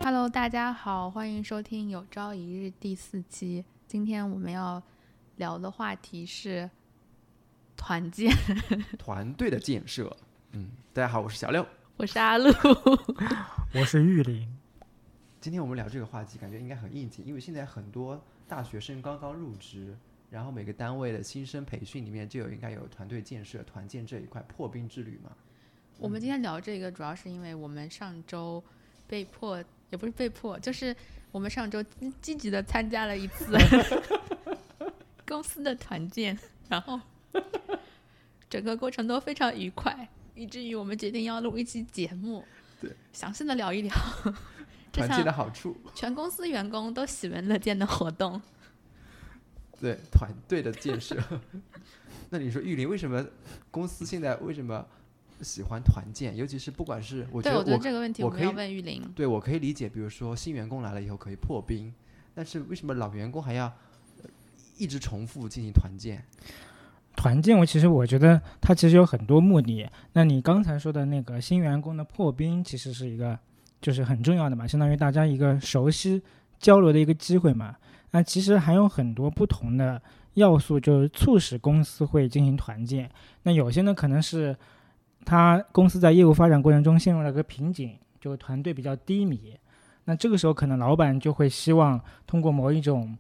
Hello，大家好，欢迎收听有朝一日第4期。今天我们要聊的话题是团建， 团队的建设。大家好，我是小六， 我是阿露， 我是玉林。 今天我们聊这个话题，感觉应该很应景，因为现在很多大学生刚刚入职，然后每个单位的新生培训里面就应该有团队建设、团建这一块破冰之旅嘛。 我们今天聊这个主要是因为我们上周被迫，也不是被迫，就是我们上周积极的参加了一次公司的团建，然后整个过程都非常愉快，以至于我们决定要录一期节目， 对， 详细的聊一聊团建的好处， 全公司员工都喜闻乐见的活动。 对，团队的建设。那你说玉林为什么公司现在为什么喜欢团建？尤其是不管是我觉得这个问题我们要问玉林。 对，我可以理解，比如说新员工来了以后可以破冰，但是为什么老员工还要一直重复进行团建？ 团建我觉得它其实有很多目的。那你刚才说的那个新员工的破冰，其实是一个就是很重要的嘛，相当于大家一个熟悉交流的一个机会嘛。那其实还有很多不同的要素，就是促使公司会进行团建。那有些呢可能是他公司在业务发展过程中陷入了个瓶颈，就团队比较低迷。那这个时候可能老板就会希望通过某一种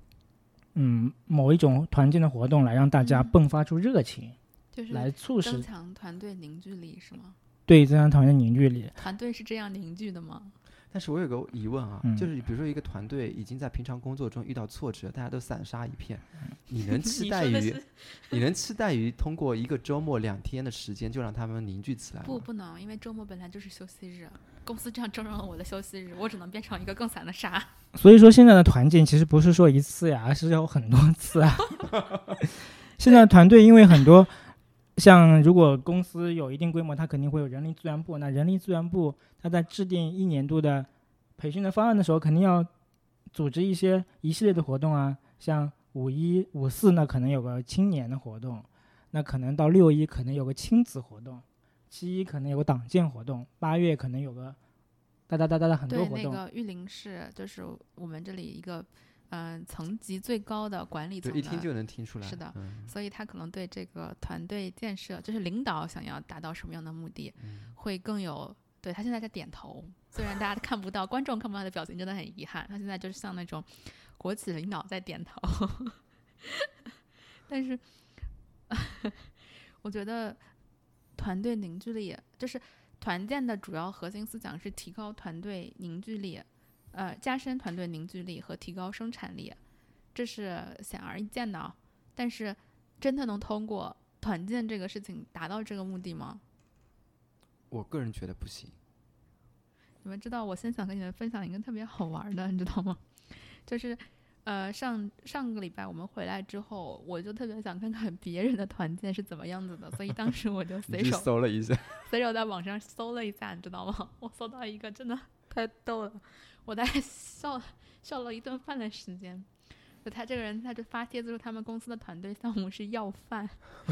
团建的活动来让大家迸发出热情， 就是来促使增强团队凝聚力，是吗？ 对，增强团队凝聚力。 团队是这样凝聚的吗？ 但是我有个疑问啊，就是比如说一个团队已经在平常工作中遇到挫折，大家都散沙一片，你能期待于通过一个周末2天的时间就让他们凝聚起来吗？ 不能，因为周末本来就是休息日，公司这样征用了我的休息日，我只能变成一个更散的沙。 所以说现在的团建其实不是说一次呀，而是有很多次啊。现在团队因为很多，像如果公司有一定规模，它肯定会有人力资源部。那人力资源部它在制定1年度的培训的方案的时候，肯定要组织一系列的活动啊。像5·1、5·4，那可能有个青年的活动，那可能到6·1可能有个亲子活动，7·1可能有个党建活动，8月可能有个很多活动。 对，那个玉林是就是我们这里一个层级最高的管理层的， 对，一听就能听出来。 是的，所以他可能对这个团队建设，就是领导想要达到什么样的目的，会更有。对，他现在在点头，虽然大家看不到，观众看不到他的表情，真的很遗憾。他现在就是像那种国企领导在点头，但是我觉得团队凝聚力就是团建的主要核心思想是提高团队凝聚力，加深团队凝聚力和提高生产力，这是显而易见的。但是真的能通过团建这个事情达到这个目的吗？我个人觉得不行。 你们知道，我现在想跟你们分享一个特别好玩的，你知道吗？就是上个礼拜我们回来之后，我就特别想看看别人的团建是怎么样子的，所以当时我就随手搜了一下， 随手在网上搜了一下，你知道吗？我搜到一个真的太逗了，我大概笑了一顿饭的时间。就他这个人，他就发帖子说他们公司的团队项目是要饭，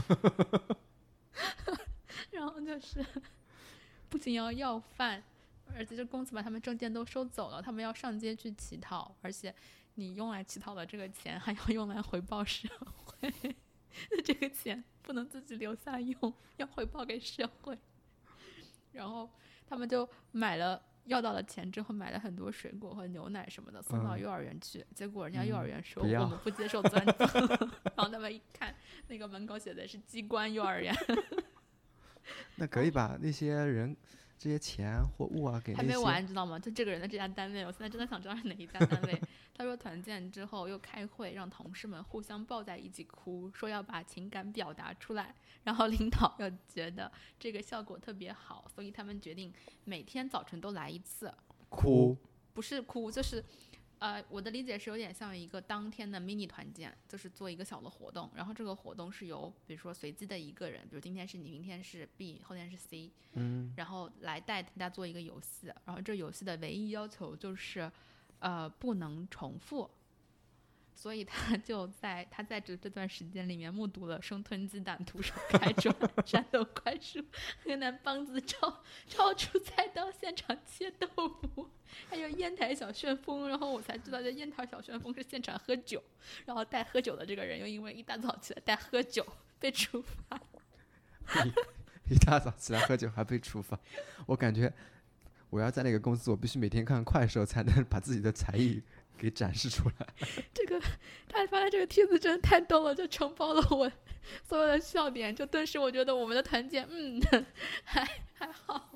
然后就是不仅要饭，而且这公司把他们证件都收走了，他们要上街去乞讨，而且你用来乞讨的这个钱还要用来回报社会，那这个钱不能自己留下用，要回报给社会。然后他们就要到了钱之后，买了很多水果和牛奶什么的送到幼儿园去，结果人家幼儿园说我们不接受捐赠，然后他们一看那个门口写的是机关幼儿园。 那可以把那些人这些钱或物啊给那些， 还没完，你知道吗？就这个人的这家单位，我现在真的想知道是哪一家单位。他说团建之后又开会，让同事们互相抱在一起哭，说要把情感表达出来。然后领导又觉得这个效果特别好，所以他们决定每天早晨都来一次。 哭？ 不是哭，就是我的理解是有点像一个当天的 mini 团建，就是做一个小的活动，然后这个活动是由比如说随机的一个人，比如今天是你，明天是 B， 后天是 C，然后来带大家做一个游戏，然后这游戏的唯一要求就是不能重复， 所以他在这段时间里面目睹了生吞鸡蛋、徒手开砖、战斗快速、河南梆子超出菜刀现场切豆腐，还有烟台小旋风。然后我才知道这烟台小旋风是现场喝酒，然后带喝酒的这个人又因为一大早起来带喝酒被处罚。 一大早起来喝酒还被处罚，我感觉我要在那个公司，我必须每天看快手才能把自己的才艺给展示出来。 这个他发的这个帖子真的太逗了，就承包了我所有的笑点，就顿时我觉得我们的团建还好。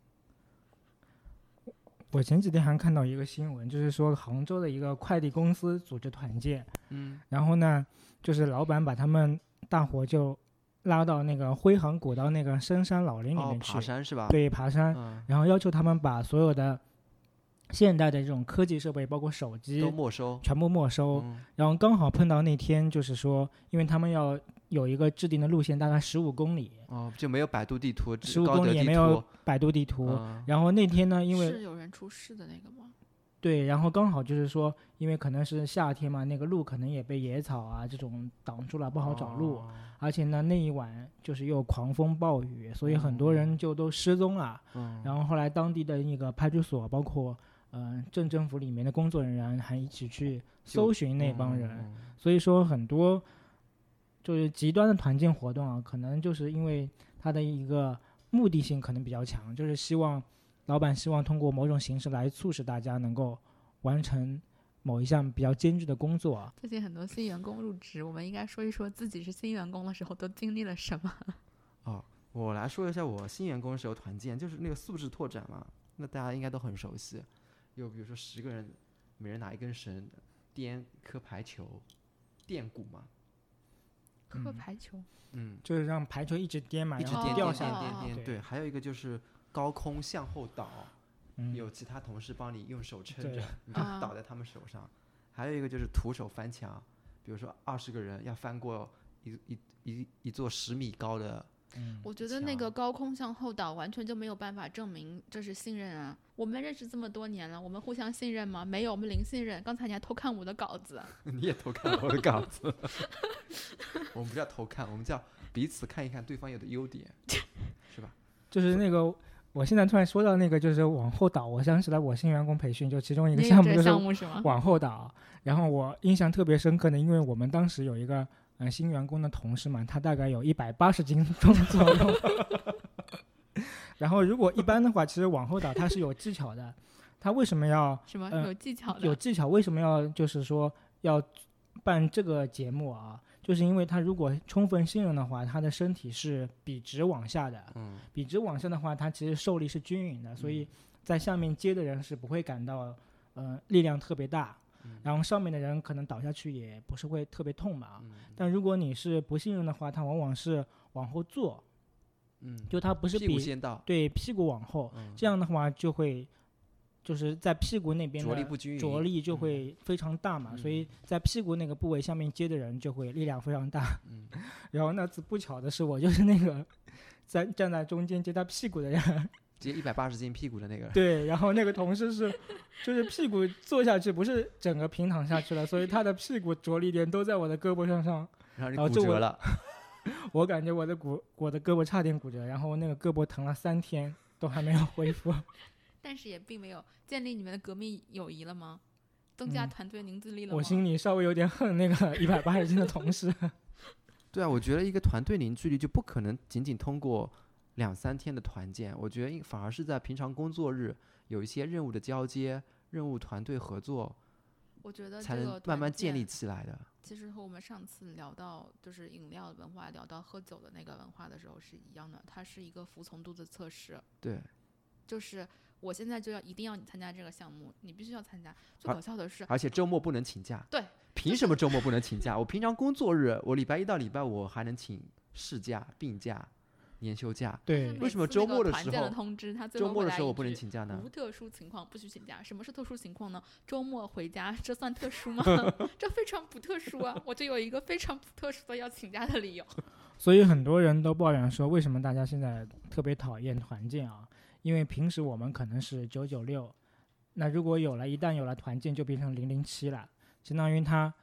我前几天还看到一个新闻，就是说杭州的一个快递公司组织团建，然后呢就是老板把他们大伙就拉到那个徽杭古道那个深山老林里面去， 爬山是吧？ 对，爬山，然后要求他们把所有的现代的这种科技设备，包括手机都没收， 全部没收。然后刚好碰到那天，就是说，因为他们要有一个制定的路线，大概15公里， 就没有百度地图 ，15公里也没有百度地图。然后那天呢，因为是有人出事的那个吗？ 对，然后刚好就是说，因为可能是夏天嘛，那个路可能也被野草啊这种挡住了，不好找路。而且呢，那一晚就是又狂风暴雨，所以很多人就都失踪了。然后后来当地的那个派出所，包括镇政府里面的工作人员还一起去搜寻那帮人。所以说很多就是极端的团建活动啊，可能就是因为它的一个目的性可能比较强，就是老板希望通过某种形式来促使大家能够完成某一项比较艰巨的工作。 最近很多新员工入职，我们应该说一说自己是新员工的时候都经历了什么。 我来说一下我新员工的时候团建，就是那个素质拓展嘛，那大家应该都很熟悉。有比如说10个人，每人拿一根绳，颠颗排球，垫鼓嘛。 磕排球， 就是让排球一直颠嘛， 一直然后掉下来。对，还有一个就是高空向后倒，有其他同事帮你用手撑着，你就倒在他们手上。还有一个就是徒手翻墙，比如说20个人要翻过一座10米高的。 我觉得那个高空向后倒完全就没有办法证明这是信任啊！我们认识这么多年了，我们互相信任吗？没有，我们零信任。刚才你还偷看我的稿子。 你也偷看我的稿子。我们不叫偷看，我们叫彼此看一看对方有的优点，是吧？ 就是那个，我现在突然说到那个，就是往后倒，我想起来我新员工培训就其中一个项目就是往后倒。然后我印象特别深刻的，因为我们当时有一个新员工的同事嘛，他大概有180斤重左右。然后如果一般的话，其实往后倒他是有技巧的。他为什么要有技巧的？ 有技巧，为什么要就是说要办这个节目啊？就是因为他如果充分信任的话，他的身体是笔直往下的。笔直往下的话，他其实受力是均匀的，所以在下面接的人是不会感到力量特别大。然后上面的人可能倒下去也不是会特别痛嘛。但如果你是不信任的话，他往往是往后坐。就他不是屁股先到， 对，屁股往后，这样的话就会就是在屁股那边的着力不均匀， 着力就会非常大嘛，所以在屁股那个部位下面接的人就会力量非常大。然后那次不巧的是，我就是那个站在中间接他屁股的人， 接180斤屁股的那个。 对，然后那个同事就是屁股坐下去，不是整个平躺下去了，所以他的屁股着力点都在我的胳膊上， 然后你骨折了。 我感觉我的胳膊差点骨折，然后那个胳膊疼了3天都还没有恢复。 但是也并没有建立你们的革命友谊了吗？增加团队凝聚力了吗？ 我心里稍微有点恨那个180斤的同事。 对啊，我觉得一个团队凝聚力就不可能仅仅通过2-3天的团建，我觉得反而是在平常工作日有一些任务的交接、任务团队合作， 我觉得才能慢慢建立起来的。 其实和我们上次聊到就是饮料文化，聊到喝酒的那个文化的时候是一样的，它是一个服从度的测试。 对， 就是我现在就一定要你参加这个项目，你必须要参加。最可笑的是， 而且周末不能请假。 对， 凭什么周末不能请假？我平常工作日，我礼拜1到礼拜5还能请事假、病假、年休假。 对， 为什么周末的时候通知他周末的时候我不能请假呢？ 无特殊情况不许请假。什么是特殊情况呢？周末回家，这算特殊吗？这非常不特殊啊！我就有一个非常不特殊的要请假的理由。 所以很多人都抱怨说，为什么大家现在特别讨厌团建啊？因为平时我们可能是996，那如果一旦有了团建，就变成007了，相当于他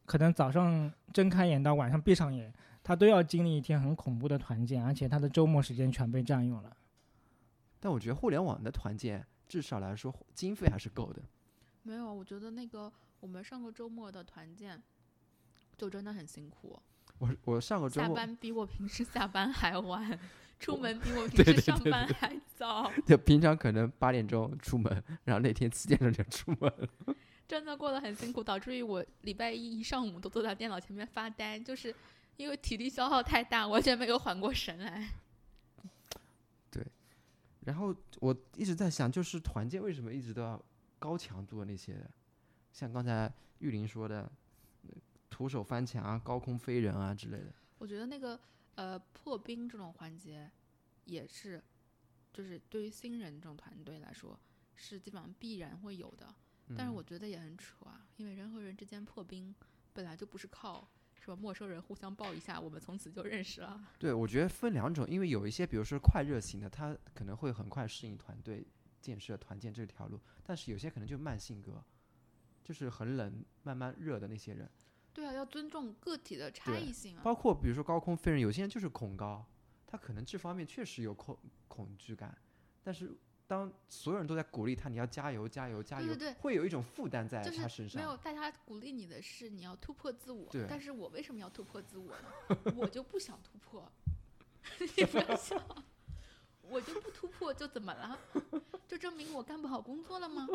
可能早上睁开眼到晚上闭上眼，他都要经历一天很恐怖的团建，而且他的周末时间全被占用了。 但我觉得互联网的团建至少来说经费还是够的。 没有，我觉得那个我们上个周末的团建就真的很辛苦。 我上个周末下班比我平时下班还晚，出门比我平时上班还早。 就平常可能8点钟出门，然后那天7点钟就出门了。 真的过得很辛苦，导致于我礼拜一上午都坐在电脑前面发呆，就是因为体力消耗太大，完全没有缓过神来。 对，然后我一直在想，就是团建为什么一直都要高强度的那些，像刚才玉林说的，徒手翻墙啊、高空飞人啊之类的。 我觉得那个破冰这种环节也是，就是对于新人这种团队来说是基本上必然会有的。但是我觉得也很扯啊，因为人和人之间破冰本来就不是靠是吧陌生人互相抱一下我们从此就认识了。 对，我觉得分2种，因为有一些比如说快热型的，他可能会很快适应团队建设团建这条路，但是有些可能就慢性格，就是很冷慢慢热的那些人。 对啊，要尊重个体的差异性啊。 包括比如说高空飞人，有些人就是恐高，他可能这方面确实有恐惧感，但是当所有人都在鼓励他，你要加油加油加油， 对， 会有一种负担在他身上。 没有，大家鼓励你的是你要突破自我， 对。 但是我为什么要突破自我呢？我就不想突破。你不要笑，我就不突破就怎么了？就证明我干不好工作了吗？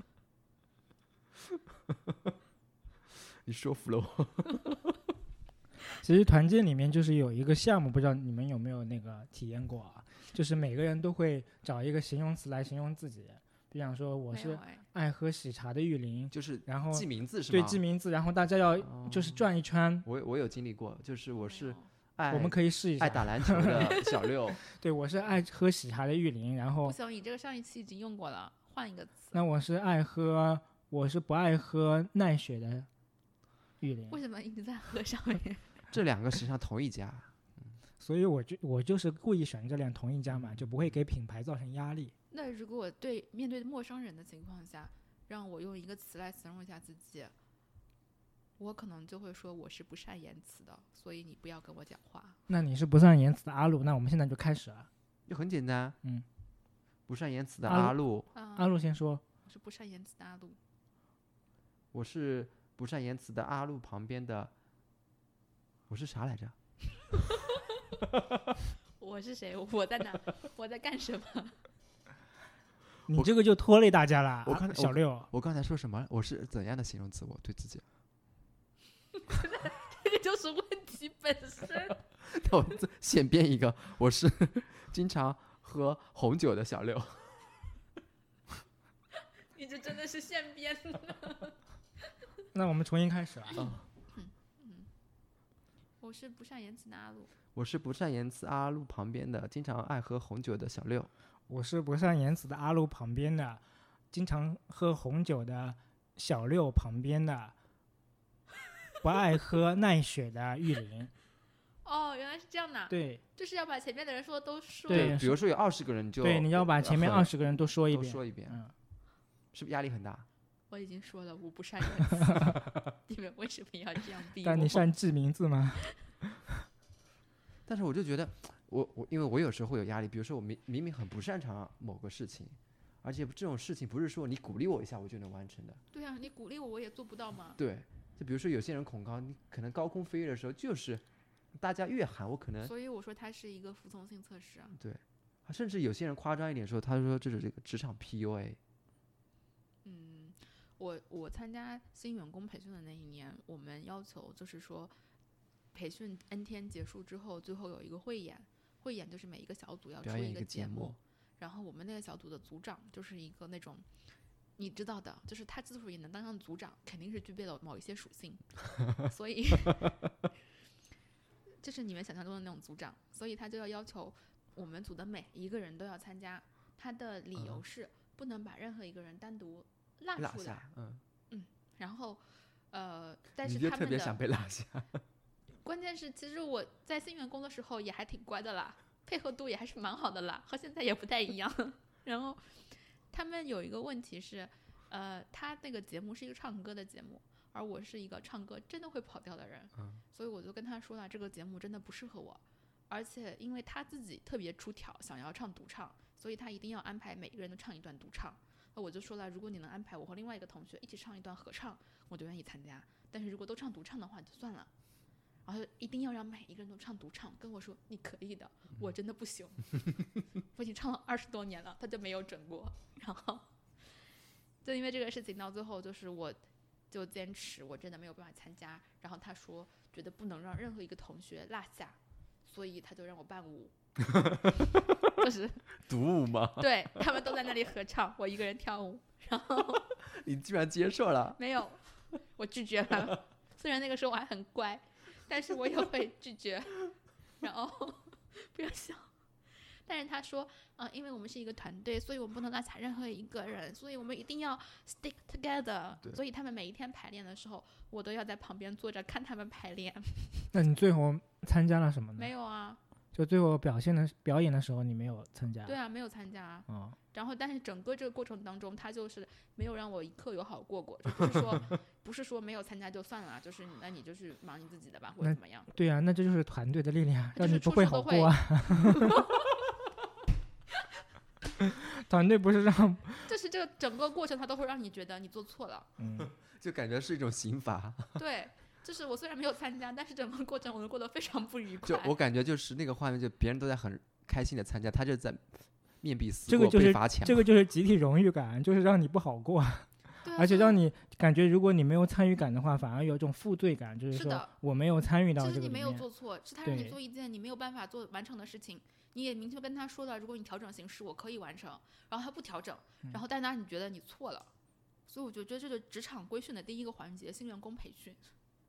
你说服了我。 其实团建里面就是有一个项目，不知道你们有没有那个体验过啊？就是每个人都会找一个形容词来形容自己，比方说我是爱喝喜茶的玉林， 就是然后记名字是吗？ 对，记名字，然后大家要就是转一圈。 我有经历过，就是我是我们可以试一下爱打篮球的小六。 对，我是爱喝喜茶的玉林，然后不行，你这个上一期已经用过了，换一个词。 那我是不爱喝奈雪的玉林。 为什么一直在喝上面？ 这2个实际上同一家。 所以我就是故意选这同一家嘛，就不会给品牌造成压力。 那如果面对陌生人的情况下，让我用一个词来形容一下自己，我可能就会说我是不善言辞的，所以你不要跟我讲话。 那你是不善言辞的阿路，那我们现在就开始了。 就很简单，不善言辞的阿路。 阿路先说。 我是不善言辞的阿路。 我是不善言辞的阿路旁边的，我是啥来着？ 我是谁？我在哪？我在干什么？ 你这个就拖累大家了。小六， 我刚才说什么？我是怎样的形容词？我对自己？ 这个就是问题本身。 那我现编一个，我是经常喝红酒的小六。 你这真的是现编的。 那我们重新开始了。 我是不善言辞的阿路。 我是不善言辞阿路旁边的经常爱喝红酒的小六。 我是不善言辞的阿路旁边的经常喝红酒的小六旁边的不爱喝奈雪的玉林。 哦，原来是这样的。 对， 就是要把前面的人说的都说。 对， 比如说有20个人， 对，你要把前面20个人都说一遍。 是不是压力很大？ 我已经说了，我不善言辞。你们为什么要这样逼我？ 但你善记名字吗？ 但是我就觉得，因为我有时候会有压力，比如说我明明很不擅长某个事情，而且这种事情不是说你鼓励我一下我就能完成的。 对啊，你鼓励我，我也做不到嘛。 对，就比如说有些人恐高，你可能高空飞跃的时候，就是大家越喊我可能。 所以我说它是一个服从性测试啊。 对，甚至有些人夸张一点说，他说这是这个职场 PUA。 我参加新员工培训的那一年，我们要求就是说，培训 N 天结束之后，最后有一个汇演，汇演就是每一个小组要出一个节目，然后我们那个小组的组长就是一个那种，你知道的，就是他之所以能当上组长，肯定是具备了某一些属性，所以就是你们想象中的那种组长，所以他就要求我们组的每一个人都要参加，他的理由是不能把任何一个人单独落出来。然后但是他们的你就特别想被落下。 关键是其实我在新员工的时候也还挺乖的啦，配合度也还是蛮好的啦，和现在也不太一样。然后他们有一个问题是他那个节目是一个唱歌的节目，而我是一个唱歌真的会跑调的人，所以我就跟他说了，这个节目真的不适合我，而且因为他自己特别出挑，想要唱独唱，所以他一定要安排每个人都唱一段独唱。那我就说了，如果你能安排我和另外一个同学一起唱一段合唱，我就愿意参加，但是如果都唱独唱的话就算了。然后一定要让每一个人都唱独唱，跟我说你可以的，我真的不行。我已经唱了20多年了，他就没有准过。然后就因为这个事情到最后就是我就坚持我真的没有办法参加，然后他说觉得不能让任何一个同学落下，所以他就让我伴舞。就是独舞吗？ 对，他们都在那里合唱，我一个人跳舞。然后你居然接受了？ 没有，我拒绝了。虽然那个时候我还很乖，但是我也会拒绝。然后不要笑。但是他说，因为我们是一个团队，所以我们不能落下任何一个人，所以我们一定要 stick together。所以他们每一天排练的时候，我都要在旁边坐着看他们排练。 那你最后参加了什么呢？ 没有啊。 就最后表演的时候你没有参加？ 对啊，没有参加啊。然后但是整个这个过程当中，他就是没有让我一刻有好过过，就不是说没有参加就算了，就是那你就是忙你自己的吧，或者怎么样。 对啊，那这就是团队的力量，让你不会好过啊。团队不是让， 就是这个整个过程他都会让你觉得你做错了， 就感觉是一种刑罚。 对。就是我虽然没有参加，但是整个过程我都过得非常不愉快。 就我感觉就是那个画面，就别人都在很开心的参加，他就在面壁思过，被罚抢。 这个就是集体荣誉感，就是让你不好过，而且让你感觉如果你没有参与感的话，反而有一种负罪感，就是说我没有参与到这个里面。 其实你没有做错，是他让你做一件你没有办法完成的事情，你也明确跟他说了，如果你调整形式，我可以完成，然后他不调整，然后但是你觉得你错了，所以我就觉得这就是职场规训的第一个环节，新员工培训。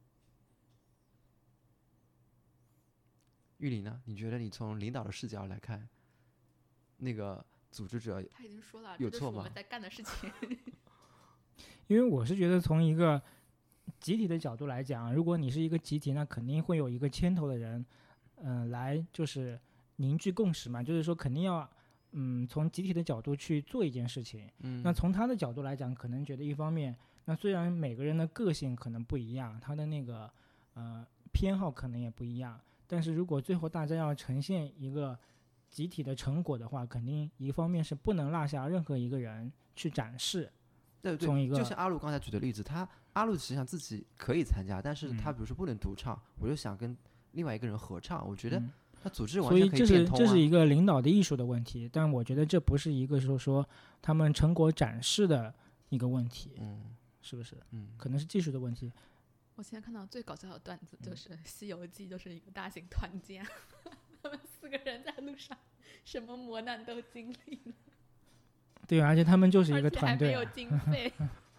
玉林呢？你觉得你从领导的视角来看，那个组织者他已经说了有错吗？ 这是我们在干的事情。 因为我是觉得从一个集体的角度来讲，如果你是一个集体，那肯定会有一个牵头的人，来就是凝聚共识嘛，就是说肯定要从集体的角度去做一件事情。那从他的角度来讲，可能觉得一方面，那虽然每个人的个性可能不一样，他的那个偏好可能也不一样。但是如果最后大家要呈现一个集体的成果的话，肯定一方面是不能落下任何一个人去展示。 对，就像阿路刚才举的例子，阿路实际上自己可以参加，但是他比如说不能独唱，我就想跟另外一个人合唱，我觉得他组织完全可以变通啊。 所以这是一个领导的艺术的问题，但我觉得这不是一个说他们成果展示的一个问题，是不是？可能是技术的问题。 我现在看到最搞笑的段子就是《西游记》就是一个大型团建，他们4个人在路上什么磨难都经历了。 对，而且他们就是一个团队， 而且还没有经费。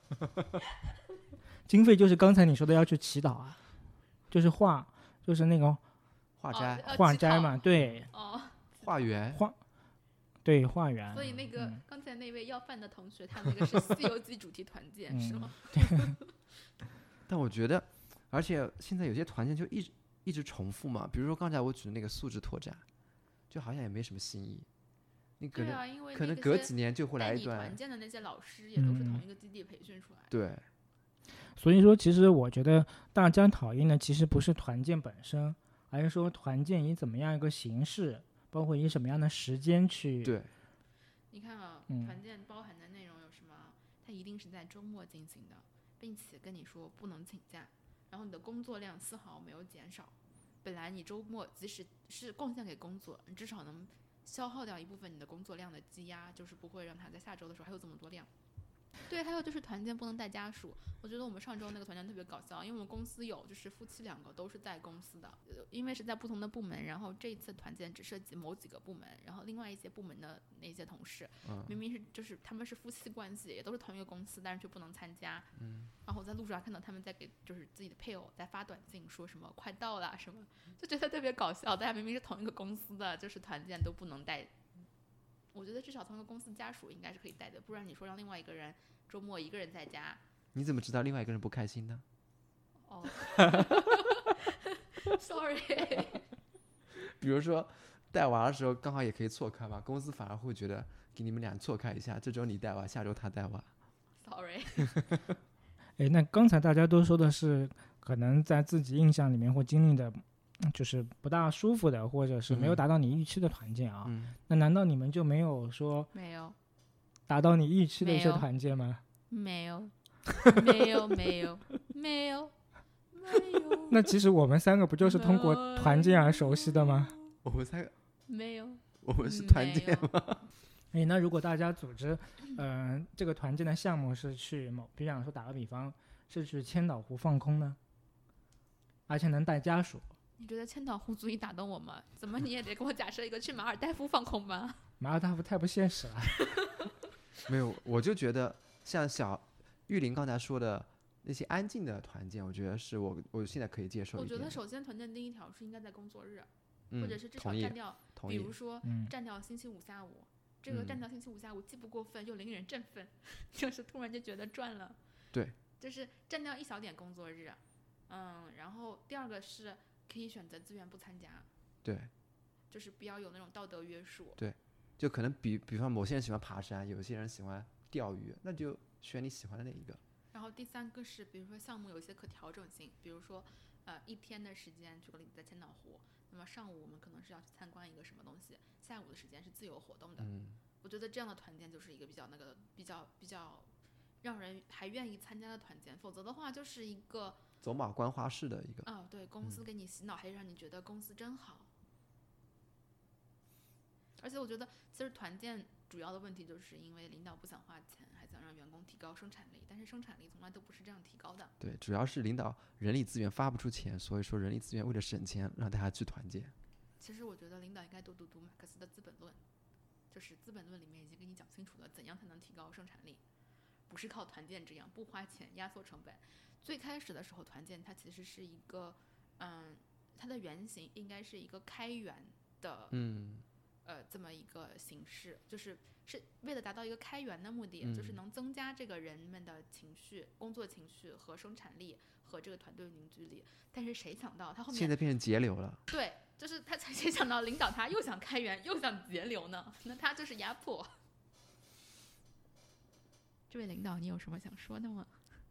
经费就是刚才你说的要去祈祷啊，就是那个化斋嘛，对。 化缘。 对，化缘。 所以那个刚才那位要饭的同学，他那个是《西游记》主题团建，是吗？ 对。 但我觉得，而且现在有些团建就一直重复嘛，比如说刚才我举的那个素质拓展，就好像也没什么新意。你可能隔几年就会来一段。 团建的那些老师也都是同一个基地培训出来的。 对。 所以说，其实我觉得大家讨厌的其实不是团建本身，而是说团建以怎么样一个形式，包括以什么样的时间去。 对。 你看啊，团建包含的内容有什么？它一定是在周末进行的。并且跟你说不能请假，然后你的工作量丝毫没有减少。本来你周末即使是贡献给工作，你至少能消耗掉一部分你的工作量的积压，就是不会让它在下周的时候还有这么多量。对，还有就是团建不能带家属。我觉得我们上周那个团建特别搞笑，因为我们公司有就是夫妻2个都是在公司的，因为是在不同的部门，然后这一次团建只涉及某几个部门，然后另外一些部门的那些同事，明明是就是他们是夫妻关系，也都是同一个公司，但是却不能参加。然后我在路上看到他们在给就是自己的配偶在发短信，说什么快到了什么，就觉得特别搞笑。大家明明是同一个公司的，就是团建都不能带。我觉得至少同一个公司家属应该是可以带的，不然你说让另外一个人周末一个人在家， 你怎么知道另外一个人不开心呢 ？Sorry。 比如说带娃的时候刚好也可以错开嘛，公司反而会觉得给你们俩错开一下，这周你带娃，下周他带娃。 sorry。 哎，那刚才大家都说的是可能在自己印象里面或经历的，就是不大舒服的，或者是没有达到你预期的团建啊。那难道你们就没有说没有达到你预期的一些团建吗？ 没有，没有，没有，没有，没有。 那其实我们三个不就是通过团建而熟悉的吗？ 我们三个没有， 我们是团建吗？ 哎，那如果大家组织，这个团建的项目是去比方说打个比方，是去千岛湖放空呢，而且能带家属。 你觉得千岛湖足以打动我吗？怎么你也得给我假设一个去马尔代夫放空吧？ 马尔代夫太不现实了。 没有，我就觉得像玉林刚才说的那些安静的团建，我觉得是我现在可以接受一点。 我觉得首先团建第一条是应该在工作日，或者是至少占掉，比如说占掉星期五下午。这个占掉星期五下午既不过分又令人振奋，就是突然就觉得赚了。 对， 就是占掉一小点工作日。然后第二个是可以选择自愿不参加。 对， 就是不要有那种道德约束。 对，就可能比方某些人喜欢爬山，有些人喜欢钓鱼，那就选你喜欢的那一个。 然后第三个是，比如说项目有一些可调整性，比如说一天的时间，举个例子在千岛湖，那么上午我们可能是要去参观一个什么东西，下午的时间是自由活动的。我觉得这样的团建就是一个比较让人还愿意参加的团建，否则的话就是一个走马观花式的一个。 对，公司给你洗脑，还让你觉得公司真好。而且我觉得其实团建主要的问题就是因为领导不想花钱，还想让员工提高生产力，但是生产力从来都不是这样提高的。 对，主要是领导人力资源发不出钱，所以说人力资源为了省钱让大家去团建。 其实我觉得领导应该多读马克思的《资本论》，就是《资本论》里面已经跟你讲清楚了怎样才能提高生产力，不是靠团建这样不花钱压缩成本。最开始的时候团建它其实是一个它的原型应该是一个开源的这么一个形式，是为了达到一个开源的目的，就是能增加这个人们的情绪、工作情绪和生产力和这个团队凝聚力。但是谁想到他后面现在变成节流了？ 对，就是谁想到领导他又想开源又想节流呢？那他就是压迫。这位领导，你有什么想说的吗？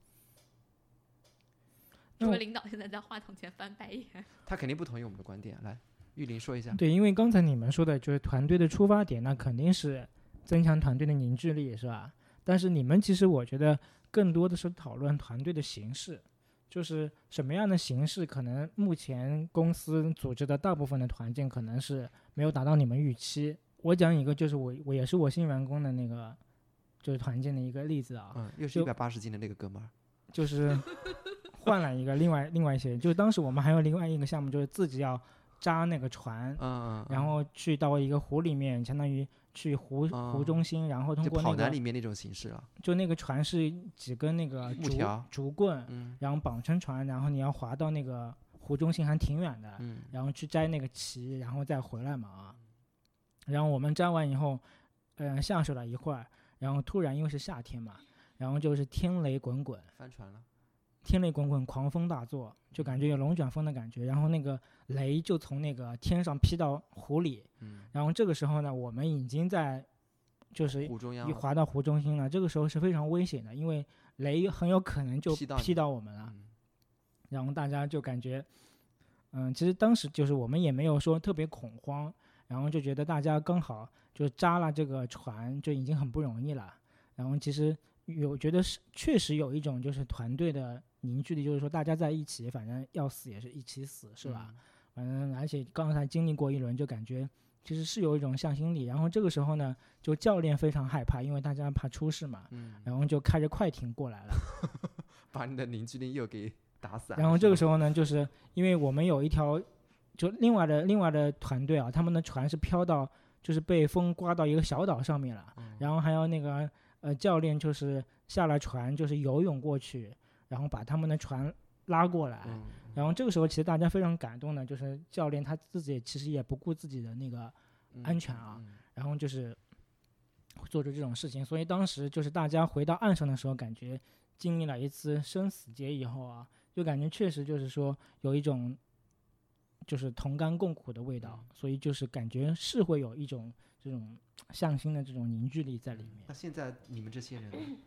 这位领导现在在话筒前翻白眼。 他肯定不同意我们的观点。来。玉林说一下。 对，因为刚才你们说的就是团队的出发点，那肯定是增强团队的凝聚力，是吧？但是你们其实我觉得更多的是讨论团队的形式，就是什么样的形式可能目前公司组织的大部分的团建可能是没有达到你们预期。我讲一个就是我也是我新员工的那个就是团建的一个例子啊。 又是180斤的那个哥们儿。 就是换了一个另外一些人，就是当时我们还有另外一个项目，就是自己要扎那个船，然后去到一个湖里面，相当于去湖中心，然后通过就跑男里面那种形式了。 就那个船是几根那个木条竹棍，然后绑成船，然后你要划到那个湖中心还挺远的，然后去摘那个旗，然后再回来嘛。然后我们摘完以后，下水了一会儿，然后突然因为是夏天嘛，然后就是天雷滚滚， 翻船了。 天雷滚滚，狂风大作，就感觉有龙卷风的感觉，然后那个雷就从那个天上劈到湖里，然后这个时候呢，我们已经在就是滑到湖中心了，这个时候是非常危险的，因为雷很有可能就劈到我们了，然后大家就感觉，其实当时就是我们也没有说特别恐慌，然后就觉得大家刚好就扎了这个船就已经很不容易了，然后其实觉得是确实有一种就是团队的凝聚力，就是说大家在一起，反正要死也是一起死，是吧？反正而且刚才经历过一轮，就感觉其实是有一种向心力。然后这个时候呢，就教练非常害怕，因为大家怕出事嘛，然后就开着快艇过来了， 把你的凝聚力又给打散。 然后这个时候呢，就是因为我们有一条，就另外的团队啊，他们的船是飘到，就是被风刮到一个小岛上面了，然后还有那个教练就是下了船，就是游泳过去。然后把他们的船拉过来，然后这个时候其实大家非常感动的，就是教练他自己其实也不顾自己的那个安全啊，然后就是做出这种事情，所以当时就是大家回到岸上的时候，感觉经历了一次生死劫以后啊，就感觉确实就是说有一种就是同甘共苦的味道，所以就是感觉是会有一种这种向心的这种凝聚力在里面。 那现在你们这些人呢？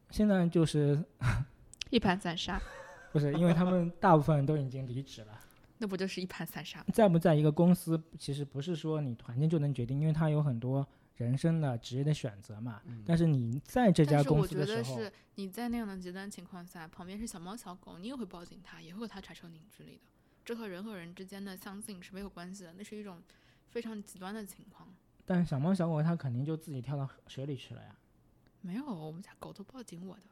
现在就是一盘散沙。 不是，因为他们大部分人都已经离职了。 那不就是一盘散沙？ 在不在一个公司，其实不是说你团建就能决定，因为它有很多人生的职业的选择嘛。但是你在这家公司的时候， 但是我觉得是你在那样的极端情况下，旁边是小猫小狗，你也会抱紧它，也会和它产生凝聚力的。这和人和人之间的相近是没有关系的，那是一种非常极端的情况。 但小猫小狗它肯定就自己跳到水里去了呀。 没有，我们家狗都抱紧我的。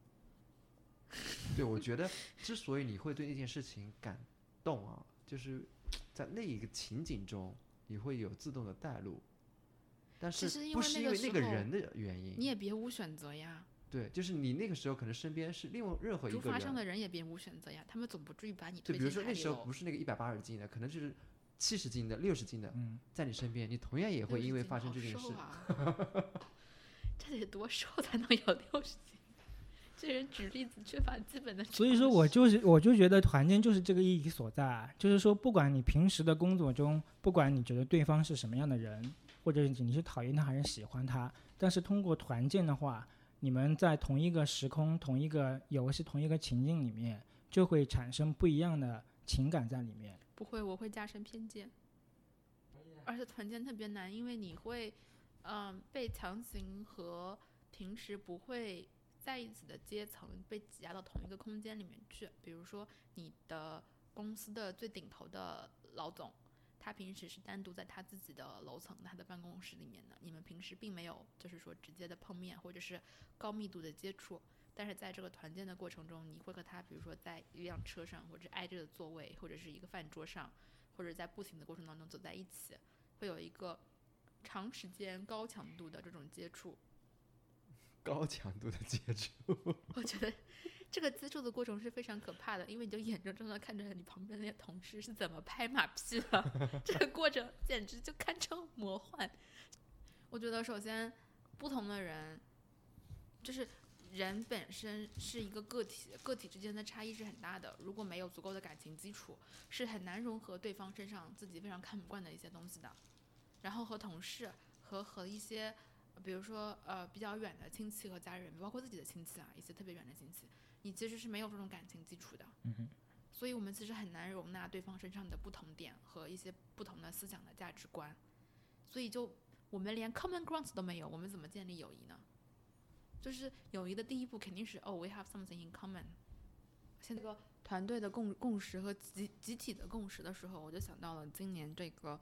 对，我觉得之所以你会对那件事情感动啊，就是在那一个情景中，你会有自动的带入，但是不是因为那个人的原因， 你也别无选择呀。 对，就是你那个时候可能身边是另外任何一个人， 竹筏上的人也别无选择呀，他们总不至于把你推进海里。 比如说那时候不是那个180斤的，可能就是70斤的、60斤的，在你身边，你同样也会因为发生这件事。 这得多瘦才能有60斤？这人举例子缺乏基本的。 所以说我就觉得团建就是这个意义所在，就是说不管你平时的工作中，不管你觉得对方是什么样的人，或者你是讨厌他还是喜欢他，但是通过团建的话，你们在同一个时空、同一个游戏、同一个情境里面，就会产生不一样的情感在里面。 不会，我会加深偏见。而且团建特别难，因为你会被强行和平时不会在一起的阶层被挤压到同一个空间里面去。比如说你的公司的最顶头的老总，他平时是单独在他自己的楼层他的办公室里面的，你们平时并没有就是说直接的碰面或者是高密度的接触，但是在这个团建的过程中，你会和他比如说在一辆车上，或者挨着的座位，或者是一个饭桌上，或者在步行的过程当中走在一起，会有一个长时间高强度的这种接触。 高强度的接触我觉得这个接触的过程是非常可怕的，因为你就眼睁睁的看着你旁边那些同事是怎么拍马屁的，这个过程简直就堪称魔幻。我觉得首先不同的人，就是人本身是一个个体，个体之间的差异是很大的，如果没有足够的感情基础，是很难融合对方身上自己非常看不惯的一些东西的。然后和同事和一些比如说比较远的亲戚和家人，包括自己的亲戚啊，一些特别远的亲戚，你其实是没有这种感情基础的。所以我们其实很难容纳对方身上的不同点和一些不同的思想的价值观，所以就我们连 common grounds 都没有，我们怎么建立友谊呢？就是友谊的第一步肯定是we have something in common。 现在这个团队的共识和集体的共识的时候，我就想到了今年这个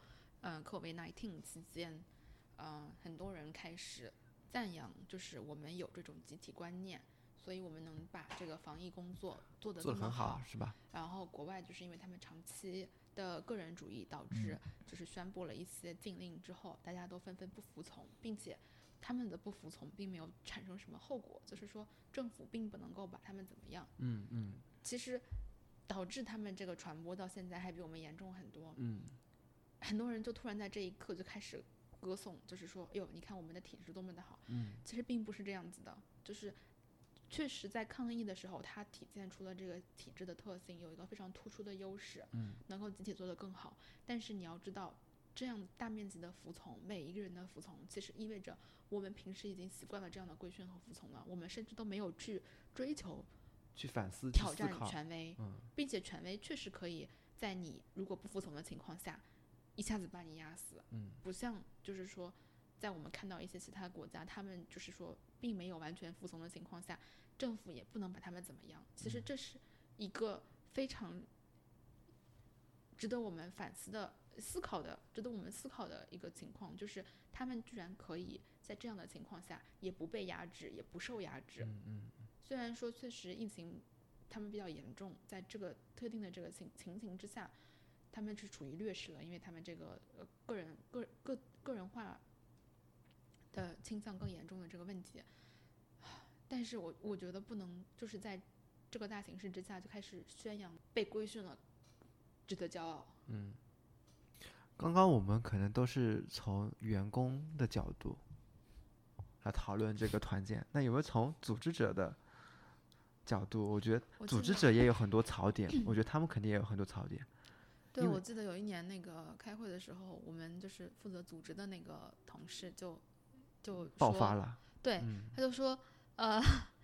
COVID-19 期间，很多人开始赞扬，就是我们有这种集体观念，所以我们能把这个防疫工作做得那么很好，是吧？ 然后国外就是因为他们长期的个人主义，导致就是宣布了一些禁令之后，大家都纷纷不服从，并且他们的不服从并没有产生什么后果，就是说政府并不能够把他们怎么样。其实导致他们这个传播到现在还比我们严重很多。很多人就突然在这一刻就开始歌颂，就是说哟，你看我们的体质多么的好。其实并不是这样子的，就是确实在抗疫的时候，它体现出了这个体制的特性，有一个非常突出的优势，能够集体做得更好。但是你要知道，这样大面积的服从，每一个人的服从，其实意味着我们平时已经习惯了这样的规训和服从了，我们甚至都没有去追求、 去反思、 挑战权威，并且权威确实可以在你如果不服从的情况下，一下子把你压死。不像就是说，在我们看到一些其他国家，他们就是说并没有完全服从的情况下，政府也不能把他们怎么样。其实这是一个非常值得我们反思的、值得我们思考的一个情况，就是他们居然可以在这样的情况下也不被压制，也不受压制。虽然说确实疫情他们比较严重，在这个特定的这个情形之下，他们是处于劣势了，因为他们这个个人化的倾向更严重的这个问题。但是我觉得不能就是在这个大形势之下就开始宣扬被规训了值得骄傲。 刚刚我们可能都是从员工的角度来讨论这个团建，那有没有从组织者的角度？我觉得组织者也有很多槽点，我觉得他们肯定也有很多槽点。 对，我记得有一年那个开会的时候，我们就是负责组织的那个同事就爆发了。 对，他就说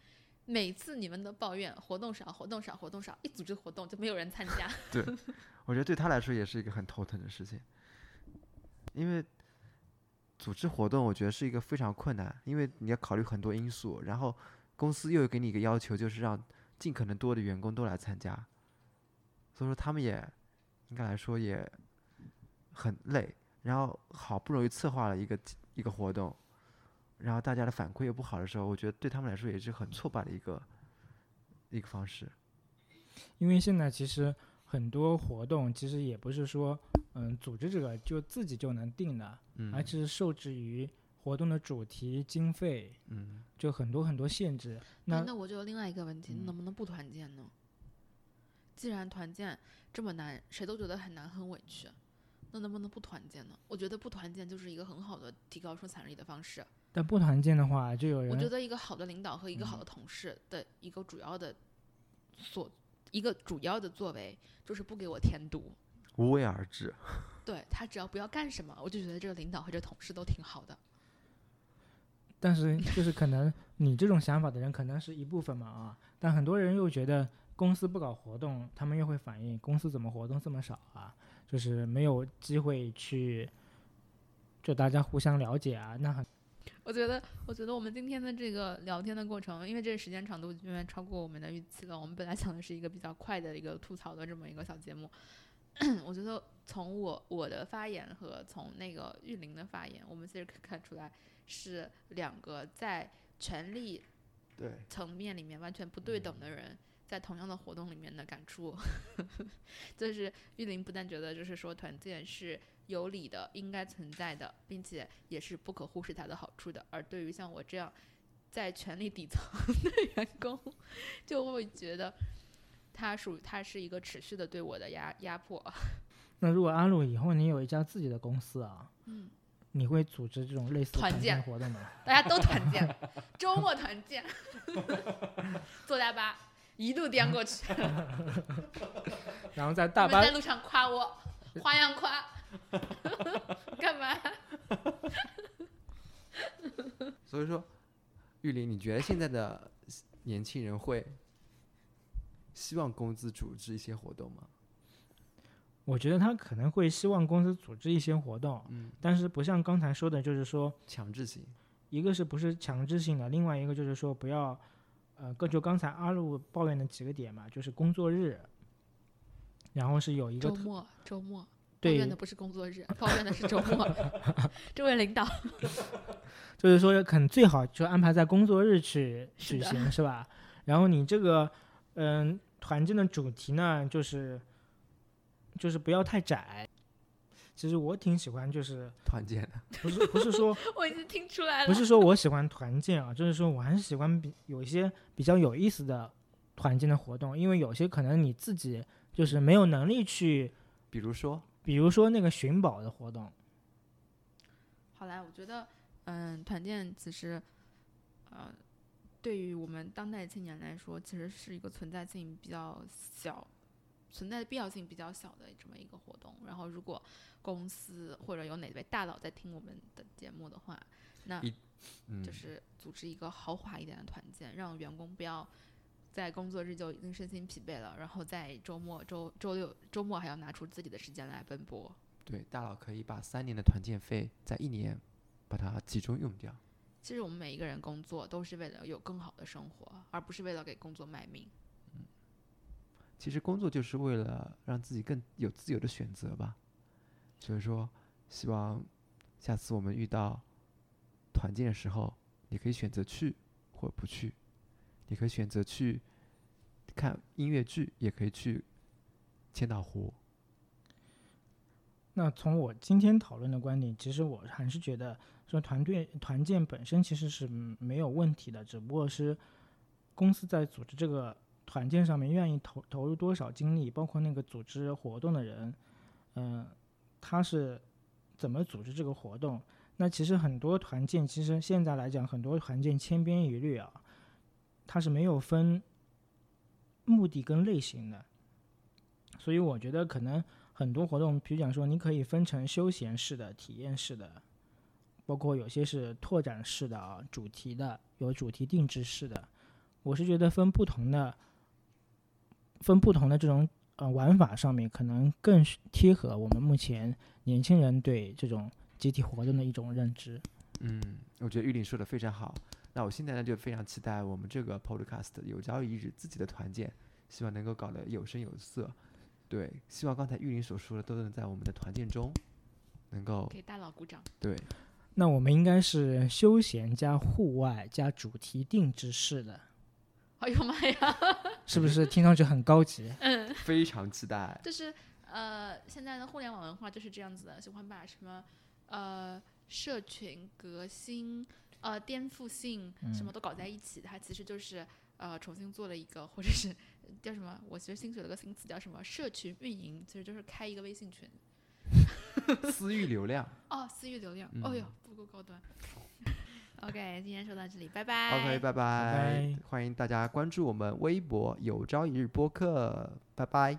每次你们都抱怨活动少，一组织活动就没有人参加。 对，我觉得对他来说也是一个很头疼的事情，因为组织活动我觉得是一个非常困难，因为你要考虑很多因素，然后公司又有给你一个要求，就是让尽可能多的员工都来参加，所以说他们也应该来说也很累，然后好不容易策划了一个活动，然后大家的反馈又不好的时候，我觉得对他们来说也是很挫败的一个方式。 因为现在其实很多活动其实也不是说组织这个就自己就能定的，而是受制于活动的主题、经费，就很多很多限制。 那我就有另外一个问题，能不能不团建呢？既然团建这么难，谁都觉得很难很委屈，那能不能不团建呢？我觉得不团建就是一个很好的提高生产力的方式。 但不团建的话，就有人， 我觉得一个好的领导和一个好的同事的一个主要的作为就是不给我添堵， 无为而治。 对，他只要不要干什么，我就觉得这个领导和这个同事都挺好的。 但是就是可能你这种想法的人可能是一部分嘛啊，但很多人又觉得公司不搞活动，他们又会反映公司怎么活动这么少啊，就是没有机会去就大家互相了解啊。那我觉得我们今天的这个聊天的过程，因为这个时间长度远远超过我们的预期了。我们本来想的是一个比较快的一个吐槽的这么一个小节目。我觉得从我的发言和从那个玉林的发言，我们其实可以看出来是两个在权力层面里面完全不对等的人在同样的活动里面的感触。就是玉林不但觉得就是说团建是有理的，应该存在的，并且也是不可忽视它的好处的，而对于像我这样在权力底层的员工，就会觉得它是一个持续的对我的压迫。 那如果阿鲁以后你有一家自己的公司啊，你会组织这种类似的团建活动吗？ 大家都团建，周末团建，坐大巴一路颠过去， 然后在大巴在路上夸我，花样夸，干嘛？ 所以说，玉林，你觉得现在的年轻人会希望公司组织一些活动吗？ 我觉得他可能会希望公司组织一些活动，但是不像刚才说的，就是说强制性。 一个是不是强制性的，另外一个就是说不要，就刚才阿路抱怨的几个点嘛，就是工作日，然后是有一个周末， 对， 抱怨的不是工作日，抱怨的是周末。这位领导， 就是说可能最好就安排在工作日去举行，是吧？然后你这个团建的主题呢，就是不要太窄。其实我挺喜欢就是团建的， 不是说我已经听出来了， 不是说我喜欢团建啊，就是说我还是喜欢有一些比较有意思的团建的活动，因为有些可能你自己就是没有能力去，比如说那个寻宝的活动。 好啦，我觉得团建其实对于我们当代青年来说，其实是一个存在性比较小，存在的必要性比较小的这么一个活动。然后如果公司或者有哪位大佬在听我们的节目的话，那就是组织一个豪华一点的团建，让员工不要在工作日就已经身心疲惫了，然后在周末周末还要拿出自己的时间来奔波。 对，大佬可以把3年的团建费在1年把它集中用掉。 其实我们每一个人工作都是为了有更好的生活，而不是为了给工作卖命。 其实工作就是为了让自己更有自由的选择吧。所以说，希望下次我们遇到团建的时候，你可以选择去或者不去，你可以选择去看音乐剧，也可以去千岛湖。 那从我今天讨论的观点，其实我还是觉得说团建本身其实是没有问题的，只不过是公司在组织这个团建上面愿意投入多少精力，包括那个组织活动的人，他是怎么组织这个活动。那其实很多团建，其实现在来讲，很多团建千篇一律啊，它是没有分目的跟类型的。所以我觉得可能很多活动，比如讲说，你可以分成休闲式的、体验式的，包括有些是拓展式的啊，主题的，有主题定制式的， 我是觉得分不同的这种玩法上面，可能更贴合我们目前年轻人对这种集体活动的一种认知。 我觉得玉林说的非常好。那我现在呢就非常期待我们这个 podcast 有朝一日自己的团建，希望能够搞得有声有色。对，希望刚才玉林所说的都能在我们的团建中能够给大佬鼓掌。 对， 那我们应该是休闲加户外加主题定制式的。 哎呦妈呀， 是不是听上去很高级？ 非常期待。 就是现在的互联网文化就是这样子的，喜欢把什么社群革新、颠覆性什么都搞在一起，它其实就是重新做了一个，或者是叫什么？我其实新学了个新词叫什么？社群运营，其实就是开一个微信群。 私域流量。 私域流量。哦呦，不够高端。OK， 今天说到这里，拜拜。 OK， 拜拜。欢迎大家关注我们微博有朝一日播客，拜拜。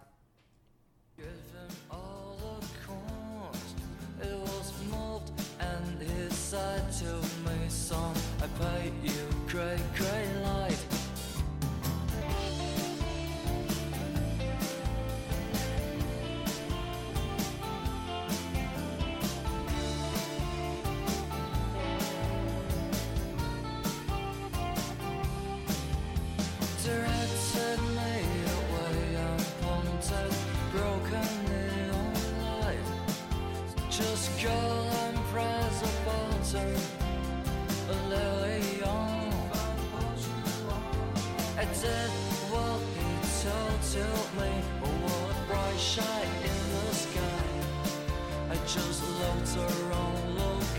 Just looked around, look